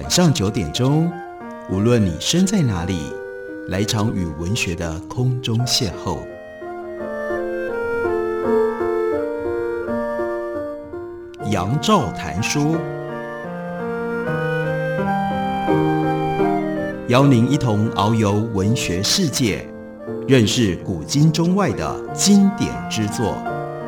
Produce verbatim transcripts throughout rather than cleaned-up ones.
晚上九点钟，无论你身在哪里，来一场与文学的空中邂逅。杨照谈书，邀您一同遨游文学世界，认识古今中外的经典之作。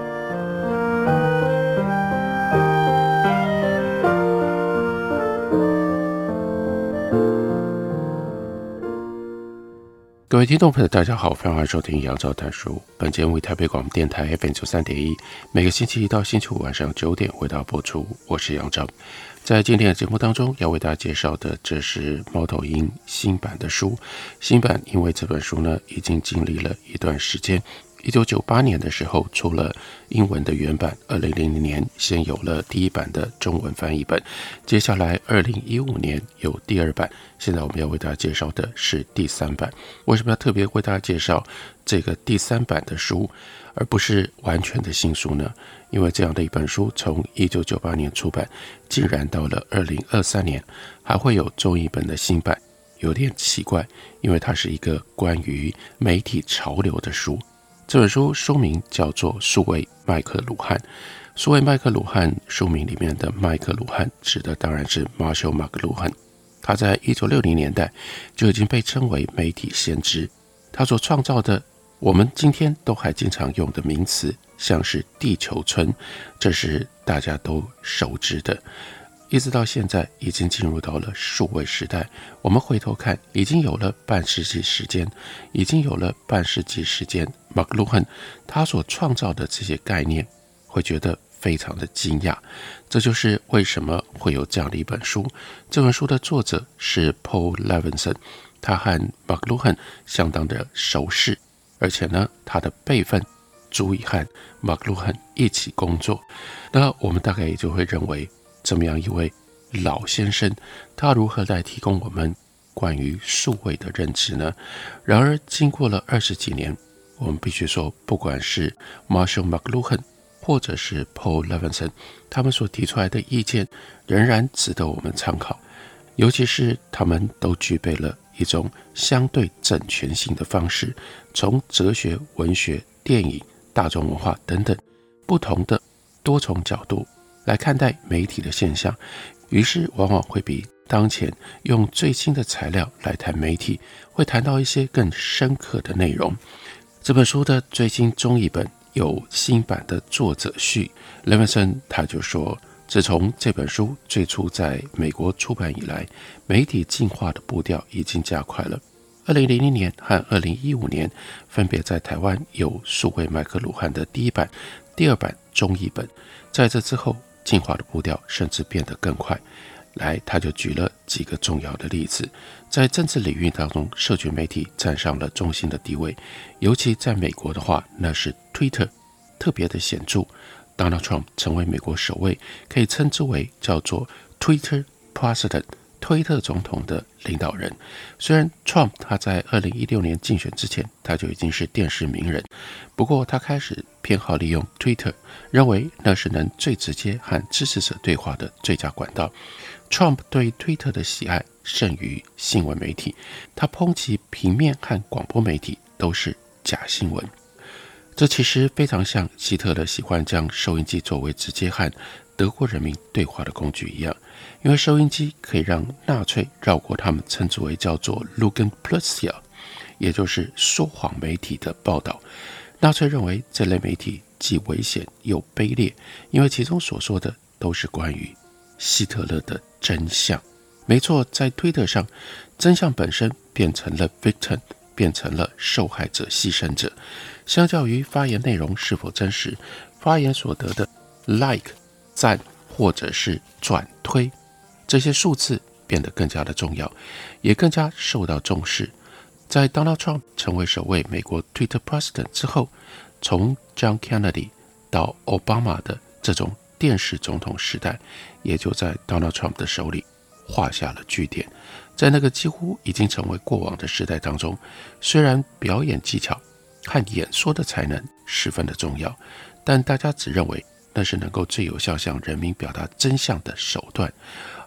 各位听众朋友大家好，欢迎收听杨照谈书。本节目为台北广播电台 F M 九十三点一，每个星期一到星期五晚上九点为大家播出。我是杨照。在今天的节目当中，要为大家介绍的这是猫头鹰新版的书。新版因为这本书呢已经经历了一段时间，一九九八年的时候出了英文的原版，二零零零年先有了第一版的中文翻译本，接下来二零一五年有第二版，现在我们要为大家介绍的是第三版。为什么要特别为大家介绍这个第三版的书，而不是完全的新书呢？因为这样的一本书从一九九八年出版，竟然到了二零二三年还会有中译本的新版，有点奇怪，因为它是一个关于媒体潮流的书。这本书书名叫做《数位麦克鲁汉》。数位麦克鲁汉书名里面的麦克鲁汉指的当然是 Marshall McLuhan。他在一九六零年代就已经被称为媒体先知。他所创造的我们今天都还经常用的名词，像是地球村，这是大家都熟知的。一直到现在已经进入到了数位时代，我们回头看已经有了半世纪时间，已经有了半世纪时间 McLuhan 他所创造的这些概念会觉得非常的惊讶。这就是为什么会有这样的一本书。这本书的作者是 Paul Levinson， 他和 McLuhan 相当的熟识，而且呢他的辈分足以和 McLuhan 一起工作。那我们大概也就会认为，这么样一位老先生，他如何来提供我们关于数位的认知呢？然而经过了二十几年，我们必须说，不管是 Marshall McLuhan 或者是 Paul Levinson， 他们所提出来的意见仍然值得我们参考，尤其是他们都具备了一种相对整全性的方式，从哲学、文学、电影、大众文化等等不同的多重角度来看待媒体的现象，于是往往会比当前用最新的材料来谈媒体，会谈到一些更深刻的内容。这本书的最新中译本有新版的作者序 Levinson 他就说，自从这本书最初在美国出版以来，媒体进化的步调已经加快了。二零零零年和二零一五年分别在台湾有数位麦克鲁汉的第一版、第二版中译本，在这之后进化的步调甚至变得更快。来，他就举了几个重要的例子。在政治领域当中，社群媒体站上了中心的地位，尤其在美国的话，那是 Twitter 特别的显著。Donald Trump 成为美国首位可以称之为叫做 Twitter President 推特总统的领导人。虽然 Trump 他在二零一六年竞选之前他就已经是电视名人，不过他开始偏好利用 Twitter， 认为那是能最直接和支持者对话的最佳管道。Trump 对 Twitter 的喜爱胜于新闻媒体，他抨击平面和广播媒体都是假新闻。这其实非常像希特勒喜欢将收音机作为直接和德国人民对话的工具一样，因为收音机可以让纳粹绕过他们称之为叫做 Lügenpresse， 也就是说谎媒体的报道。纳粹认为这类媒体既危险又卑劣，因为其中所说的都是关于希特勒的真相。没错，在推特上，真相本身变成了 victim， 变成了受害者、牺牲者。相较于发言内容是否真实，发言所得的 like 赞或者是转推，这些数字变得更加的重要，也更加受到重视。在 Donald Trump 成为首位美国 Twitter President 之后，从 John Kennedy 到 Obama 的这种电视总统时代，也就在 Donald Trump 的手里画下了句点。在那个几乎已经成为过往的时代当中，虽然表演技巧和演说的才能十分的重要，但大家只认为那是能够最有效向人民表达真相的手段，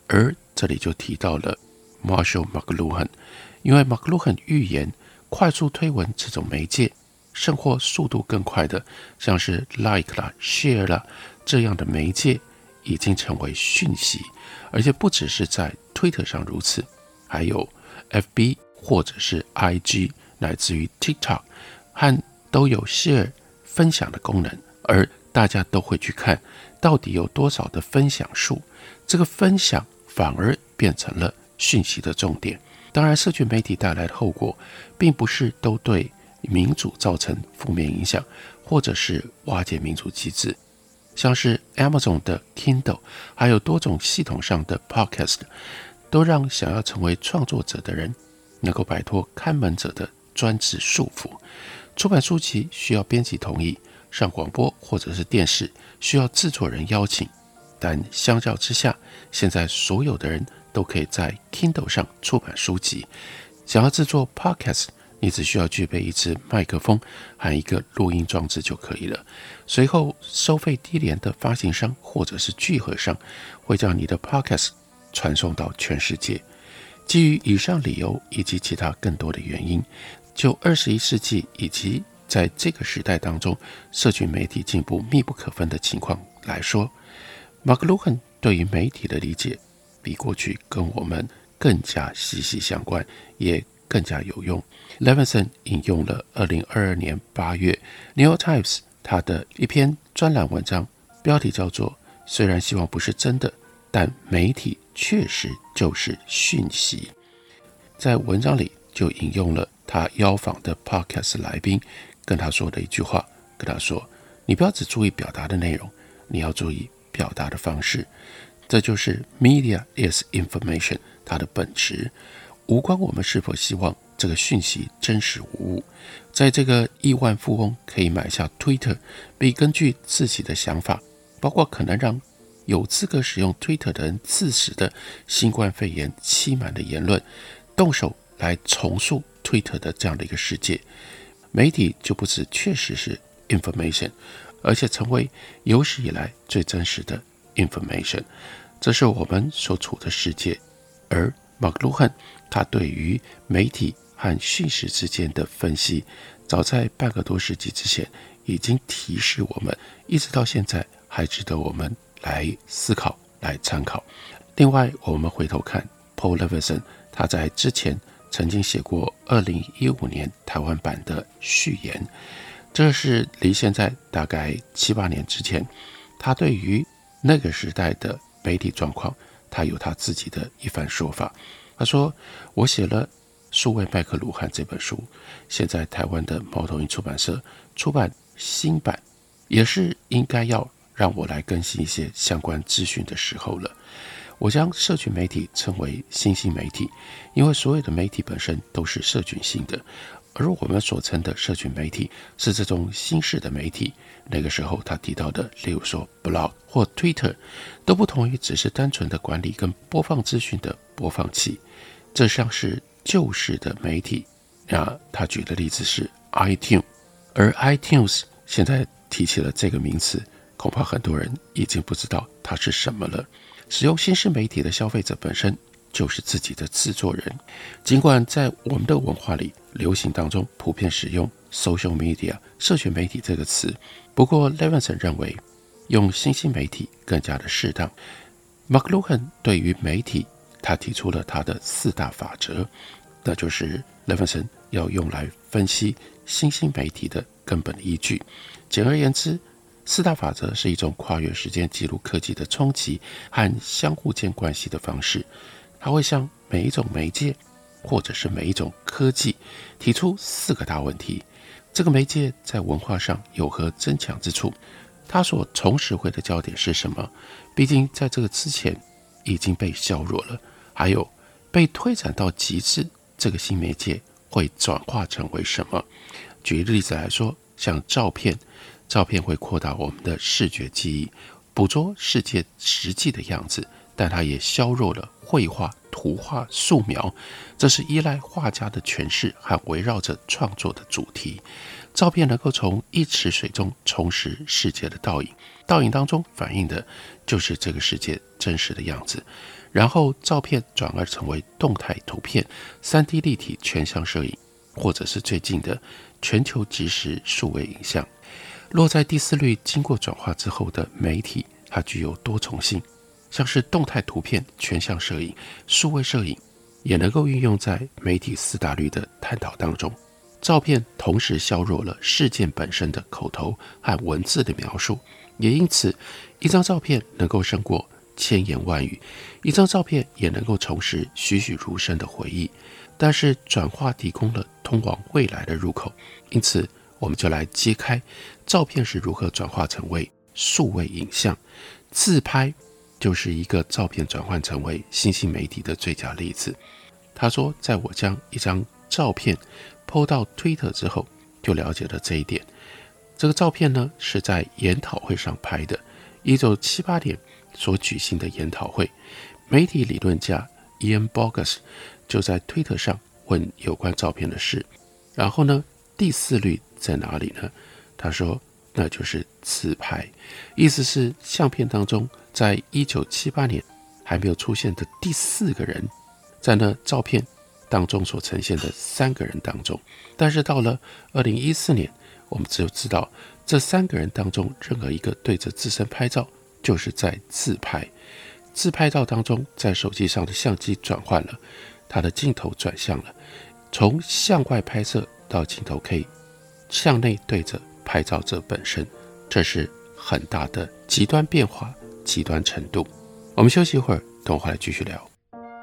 而这里就提到了 Marshall McLuhan， 因为 McLuhan 预言快速推文这种媒介甚或速度更快的，像是 like 啦 share 啦这样的媒介已经成为讯息，而且不只是在 Twitter 上如此，还有 F B 或者是 I G 乃至于 TikTok 和都有 share 分享的功能，而大家都会去看到底有多少的分享数，这个分享反而变成了讯息的重点。当然社群媒体带来的后果并不是都对民主造成负面影响，或者是瓦解民主机制，像是 Amazon 的 Kindle 还有多种系统上的 Podcast 都让想要成为创作者的人能够摆脱看门者的专制束缚。出版书籍需要编辑同意，上广播或者是电视需要制作人邀请，但相较之下，现在所有的人都可以在 Kindle 上出版书籍。想要制作 Podcast， 你只需要具备一支麦克风和一个录音装置就可以了。随后收费低廉的发行商或者是聚合商会将你的 Podcast 传送到全世界。基于以上理由以及其他更多的原因，就二十一世纪以及在这个时代当中社群媒体进步密不可分的情况来说， McLuhan 对于媒体的理解比过去跟我们更加息息相关，也更加有用。 Levinson 引用了二零二二年八月 New York Times 他的一篇专栏文章，标题叫做虽然希望不是真的，但媒体确实就是讯息。在文章里就引用了他邀访的 podcast 来宾跟他说的一句话，跟他说，你不要只注意表达的内容，你要注意表达的方式。这就是 Media is Information 它的本质，无关我们是否希望这个讯息真实无误。在这个亿万富翁可以买下 Twitter， 并根据自己的想法，包括可能让有资格使用 Twitter 的人自食的新冠肺炎欺瞒的言论，动手来重塑 Twitter 的这样的一个世界，媒体就不止确实是 information， 而且成为有史以来最真实的 information。 这是我们所处的世界，而 McLuhan 他对于媒体和讯息之间的分析，早在半个多世纪之前已经提示我们，一直到现在还值得我们来思考来参考。另外我们回头看 Paul Levinson， 他在之前曾经写过二零一五年台湾版的序言，这是离现在大概七八年之前，他对于那个时代的媒体状况他有他自己的一番说法。他说，我写了数位麦克卢汉这本书，现在台湾的猫头鹰出版社出版新版，也是应该要让我来更新一些相关资讯的时候了。我将社群媒体称为新兴媒体，因为所有的媒体本身都是社群性的，而我们所称的社群媒体是这种新式的媒体。那个时候他提到的，例如说 blog 或 Twitter 都不同于只是单纯的管理跟播放资讯的播放器，这像是旧式的媒体。那他举的例子是 iTunes， 而 iTunes 现在提起了这个名词，恐怕很多人已经不知道它是什么了。使用新式媒体的消费者本身就是自己的制作人，尽管在我们的文化里流行当中普遍使用 social media 社群媒体这个词，不过 Levinson 认为用新兴媒体更加的适当。 McLuhan 对于媒体他提出了他的四大法则，那就是 Levinson 要用来分析新兴媒体的根本依据。简而言之，四大法则是一种跨越时间记录科技的冲击和相互间关系的方式。它会向每一种媒介或者是每一种科技提出四个大问题，这个媒介在文化上有何增强之处，它所重拾回的焦点是什么，毕竟在这个之前已经被削弱了，还有被推展到极致，这个新媒介会转化成为什么。举例子来说，像照片照片会扩大我们的视觉记忆，捕捉世界实际的样子，但它也削弱了绘画、图画、素描，这是依赖画家的诠释和围绕着创作的主题。照片能够从一池水中重拾世界的倒影，倒影当中反映的就是这个世界真实的样子。 然后照片转而成为动态图片、三 D 立体全像摄影，或者是最近的全球即时数位影像。落在第四律经过转化之后的媒体，它具有多重性，像是动态图片、全像摄影、数位摄影，也能够运用在媒体四大律的探讨当中。照片同时削弱了事件本身的口头和文字的描述，也因此一张照片能够胜过千言万语，一张照片也能够重拾栩栩如生的回忆。但是转化提供了通往未来的入口，因此我们就来揭开照片是如何转化成为数位影像。自拍就是一个照片转换成为新兴媒体的最佳例子。他说，在我将一张照片 po 到 Twitter 之后，就了解了这一点。这个照片呢，是在研讨会上拍的，一九七八年所举行的研讨会。媒体理论家 Ian Bogost 就在 Twitter 上问有关照片的事。然后呢，第四律在哪里呢？他说，那就是自拍，意思是相片当中，在一九七八年还没有出现的第四个人，在那照片当中所呈现的三个人当中。但是到了二零一四年，我们只有知道这三个人当中任何一个对着自身拍照，就是在自拍。自拍照当中，在手机上的相机转换了，它的镜头转向了，从向外拍摄到镜头可以向内对着拍照者本身，这是很大的极端变化、极端程度。我们休息一会儿，等我回来继续聊。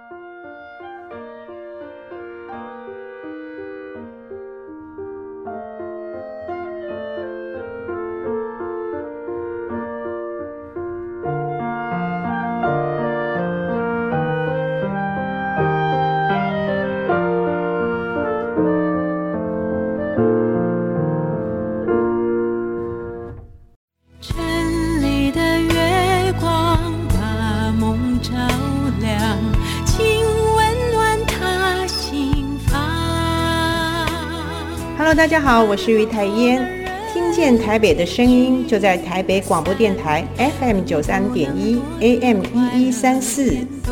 大家好，我是于台烟，听见台北的声音，就在台北广播电台 F M 九三点一 A M 一一三四。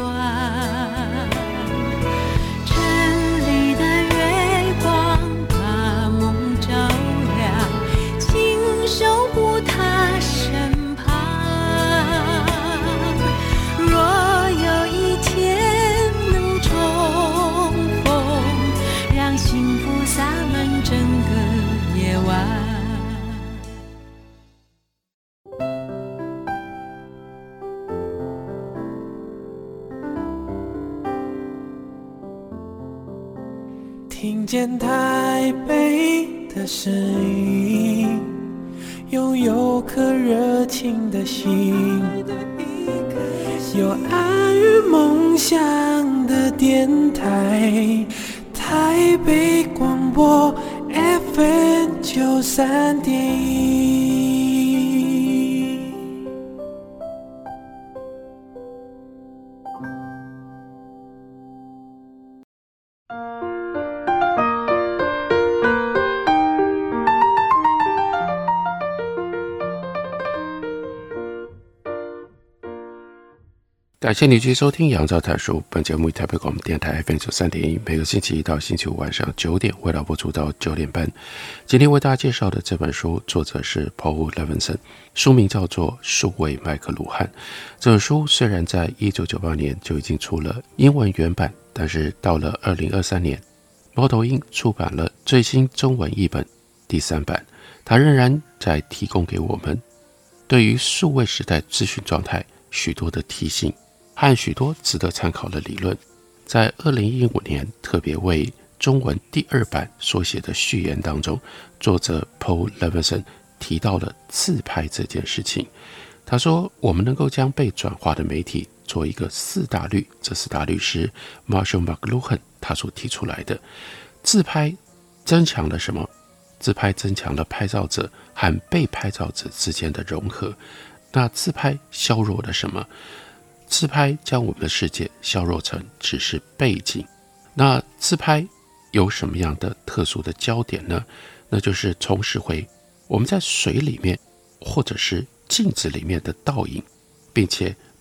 听见台北的声音，拥有颗热情的心，有爱与梦想的电台，台北广播 F M 九三点一。 感谢你继续收听杨照谈书，本节目以台北广播电台 F M 九三点一，每个星期一到星期五晚上九点为大家播出到九点半。今天为大家介绍的这本书，作者是 Paul Levinson， 书名叫做《数位麦克鲁汉》。这本书虽然在一九九八年就已经出了英文原版，但是到了二零二三年，猫头鹰出版了最新中文译本第三版，它仍然在提供给我们对于数位时代资讯状态许多的提醒和许多值得参考的理论。在二零一五年特别为中文第二版所写的序言当中，作者 Paul Levinson 提到了自拍这件事情。他说，我们能够将被转化的媒体做一个四大律，这四大律是 Marshall McLuhan 他所提出来的。自拍增强了什么？自拍增强了拍照者和被拍照者之间的融合。那自拍削弱了什么？自拍将我们的世界削弱成只是背景。那自拍有什么样的特殊的焦点呢？那就是重拾回我们在水里面或者是镜子里面的倒影，并且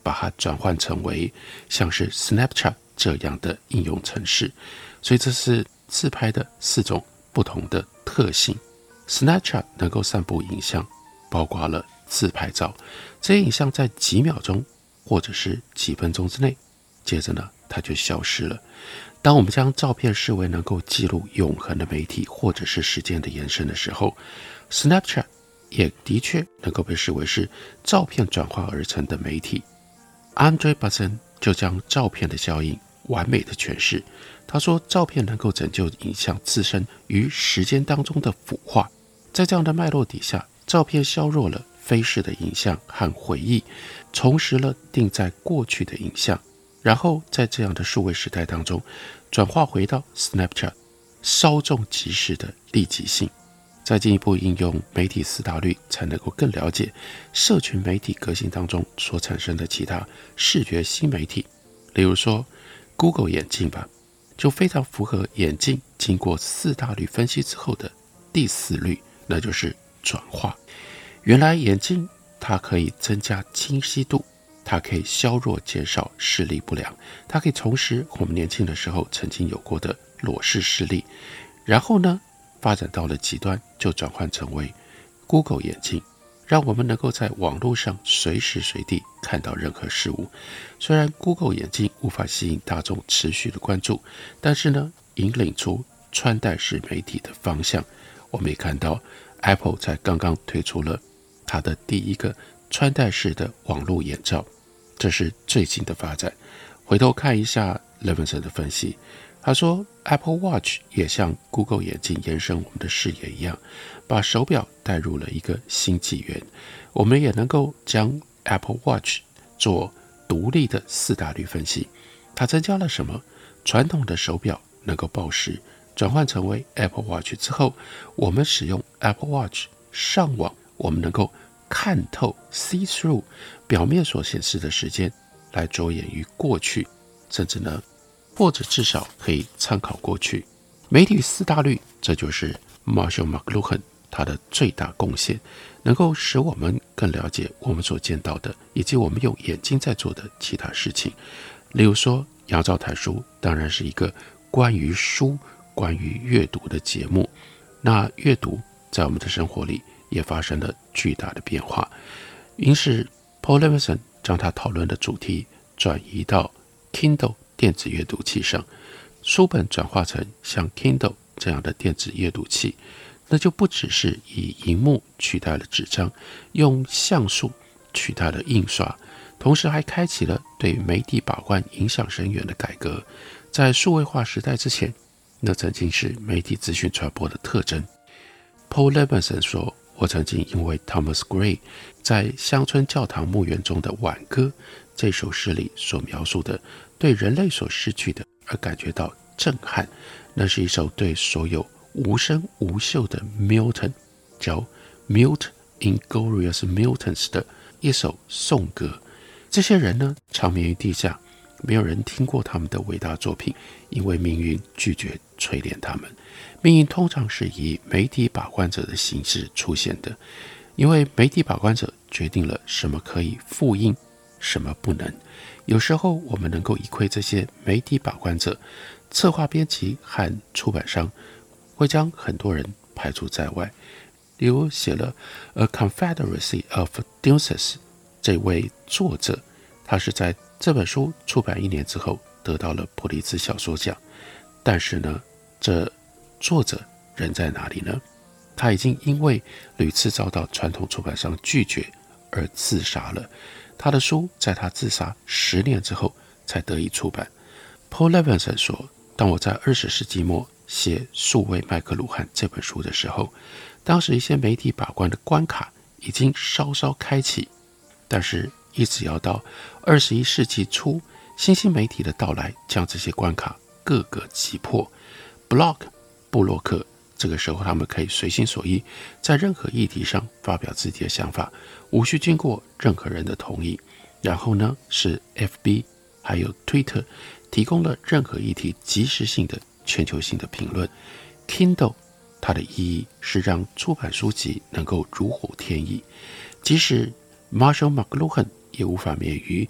把它转换成为像是 Snapchat 这样的应用程式。所以这是自拍的四种不同的特性。 Snapchat 能够散布影像，包括了自拍照，这些影像在几秒钟或者是几分钟之内，接着呢它就消失了。当我们将照片视为能够记录永恒的媒体或者是时间的延伸的时候， Snapchat 也的确能够被视为是照片转化而成的媒体。 Andre Bazin 就将照片的效应完美的诠释。他说，照片能够拯救影像自身于时间当中的腐化。在这样的脉络底下，照片削弱了飞逝的影像和回忆，重拾了定在过去的影像，然后在这样的数位时代当中转化回到 Snapchat 稍纵即逝的立即性。再进一步应用媒体四大律，才能够更了解社群媒体革新当中所产生的其他视觉新媒体。例如说 Google 眼镜吧，就非常符合眼镜经过四大律分析之后的第四律，那就是转化。原来眼镜它可以增加清晰度，它可以削弱减少视力不良，它可以重拾我们年轻的时候曾经有过的裸视视力。然后呢发展到了极端，就转换成为 Google 眼镜，让我们能够在网络上随时随地看到任何事物。虽然 Google 眼镜无法吸引大众持续的关注，但是呢引领出穿戴式媒体的方向。我们也看到 Apple 在刚刚推出了它的第一个穿戴式的网络眼罩，这是最近的发展。回头看一下 Levinson 的分析，他说 Apple Watch 也像 Google 眼镜延伸我们的视野一样，把手表带入了一个新纪元。我们也能够将 Apple Watch 做独立的四大律分析。它增加了什么？传统的手表能够报时，转换成为 Apple Watch 之后，我们使用 Apple Watch 上网，我们能够看透 see through 表面所显示的时间，来着眼于过去，甚至呢或者至少可以参考过去。媒体四大律，这就是 Marshall McLuhan 他的最大贡献，能够使我们更了解我们所见到的，以及我们用眼睛在做的其他事情。例如说杨照谈书当然是一个关于书关于阅读的节目，那阅读在我们的生活里也发生了巨大的变化。于是 Paul Levinson 将他讨论的主题转移到 Kindle 电子阅读器上，书本转化成像 Kindle 这样的电子阅读器，那就不只是以萤幕取代了纸张，用像素取代了印刷，同时还开启了对媒体把关影响深远的改革。在数位化时代之前，那曾经是媒体资讯传播的特征。 Paul Levinson 说，我曾经因为 Thomas Gray 在乡村教堂墓园中的挽歌这首诗里所描述的对人类所失去的而感觉到震撼。那是一首对所有无声无秀的 Milton 叫 Mute Inglorious Miltons 的一首颂歌。这些人呢长眠于地下，没有人听过他们的伟大作品，因为命运拒绝锤炼他们。命运通常是以媒体把关者的形式出现的，因为媒体把关者决定了什么可以复印，什么不能。有时候我们能够理亏这些媒体把关者，策划编辑和出版商会将很多人排除在外。例如写了 A Confederacy of Deuces 这位作者，他是在这本书出版一年之后得到了普利兹小说奖。但是呢，这作者人在哪里呢？他已经因为屡次遭到传统出版商拒绝而自杀了。他的书在他自杀十年之后才得以出版。 Paul Levinson 说，当我在二十世纪末写《数位麦克鲁汉》这本书的时候，当时一些媒体把关的关卡已经稍稍开启，但是一直要到二十一世纪初，新兴媒体的到来将这些关卡各个击破。 Blog 部落客，这个时候他们可以随心所欲在任何议题上发表自己的想法，无需经过任何人的同意。然后呢是 F B 还有 Twitter 提供了任何议题即时性的全球性的评论。 Kindle 它的意义是让出版书籍能够如虎添翼，即使 Marshall McLuhan 也无法免于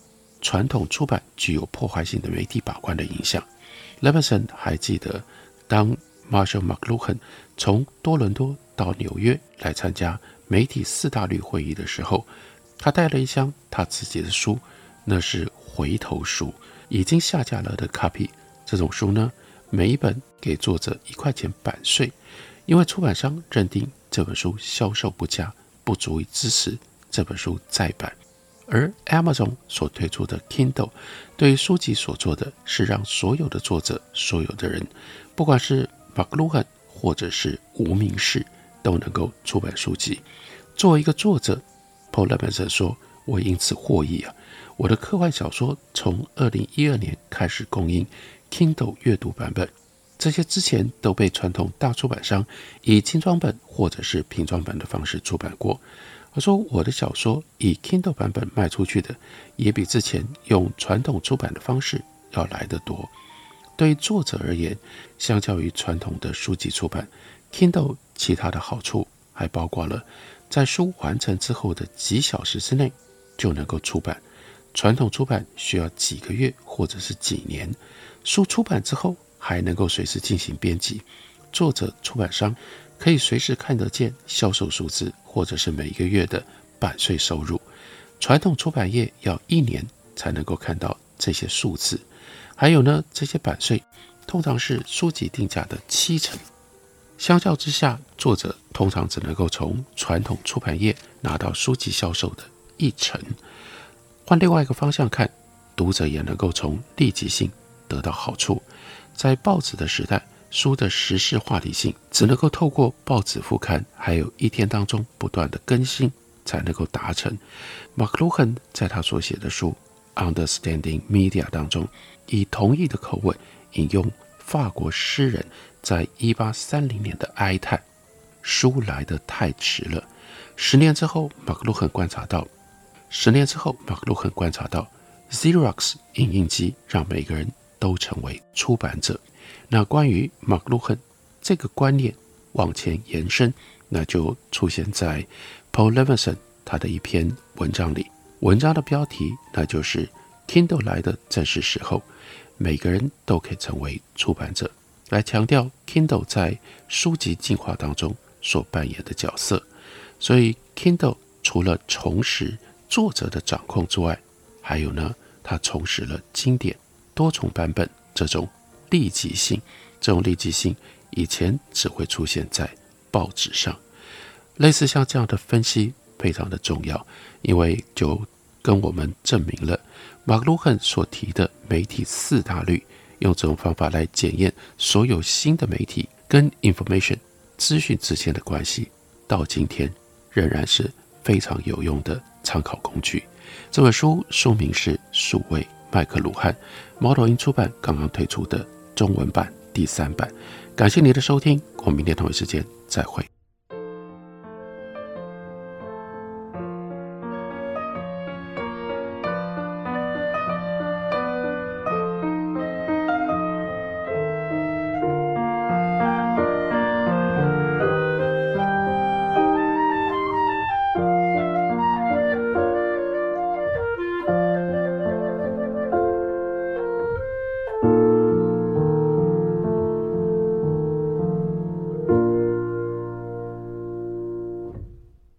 传统出版具有破坏性的媒体把关的影响。Levinson 还记得，当 Marshall McLuhan 从多伦多到纽约来参加媒体四大律会议的时候，他带了一箱他自己的书，那是回头书，已经下架了的 copy。 这种书呢，每一本给作者一块钱版税，因为出版商认定这本书销售不佳，不足以支持这本书再版。而 Amazon 所推出的 Kindle 对于书籍所做的是让所有的作者，所有的人，不管是 McLuhan 或者是无名氏，都能够出版书籍。作为一个作者， Paul Levinson 说，我因此获益啊，我的科幻小说从二零一二年开始供应 Kindle 阅读版本，这些之前都被传统大出版商以精装本或者是平装本的方式出版过。我说我的小说以 Kindle 版本卖出去的，也比之前用传统出版的方式要来得多。对于作者而言，相较于传统的书籍出版， Kindle 其他的好处还包括了在书完成之后的几小时之内就能够出版，传统出版需要几个月或者是几年，书出版之后还能够随时进行编辑，作者出版商可以随时看得见销售数字或者是每个月的版税收入，传统出版业要一年才能够看到这些数字。还有呢，这些版税通常是书籍定价的七成，相较之下，作者通常只能够从传统出版业拿到书籍销售的一成。换另外一个方向看，读者也能够从立即性得到好处。在报纸的时代，书的时事话题性只能够透过报纸副刊还有一天当中不断的更新才能够达成。 McLuhan 在他所写的书 Understanding Media 当中，以同一的口吻引用法国诗人在一八三零年的哀叹，书来得太迟了。十年之后 McLuhan 观察到十年之后 McLuhan 观察到 Xerox 影印机让每个人都成为出版者。那关于 McLuhan 这个观念往前延伸，那就出现在 Paul Levinson 他的一篇文章里。文章的标题那就是 Kindle 来的正是时候，每个人都可以成为出版者，来强调 Kindle 在书籍进化当中所扮演的角色。所以 Kindle 除了重拾作者的掌控之外，还有呢，它重拾了经典多重版本这种立即性。这种立即性以前只会出现在报纸上。类似像这样的分析非常的重要，因为就跟我们证明了 McLuhan 所提的媒体四大律，用这种方法来检验所有新的媒体跟 information 资讯之间的关系，到今天仍然是非常有用的参考工具。这本书书名是《数位麦克鲁汉》，猫头鹰出版刚刚推出的中文版第三版。感谢您的收听，我们明天同一时间再会。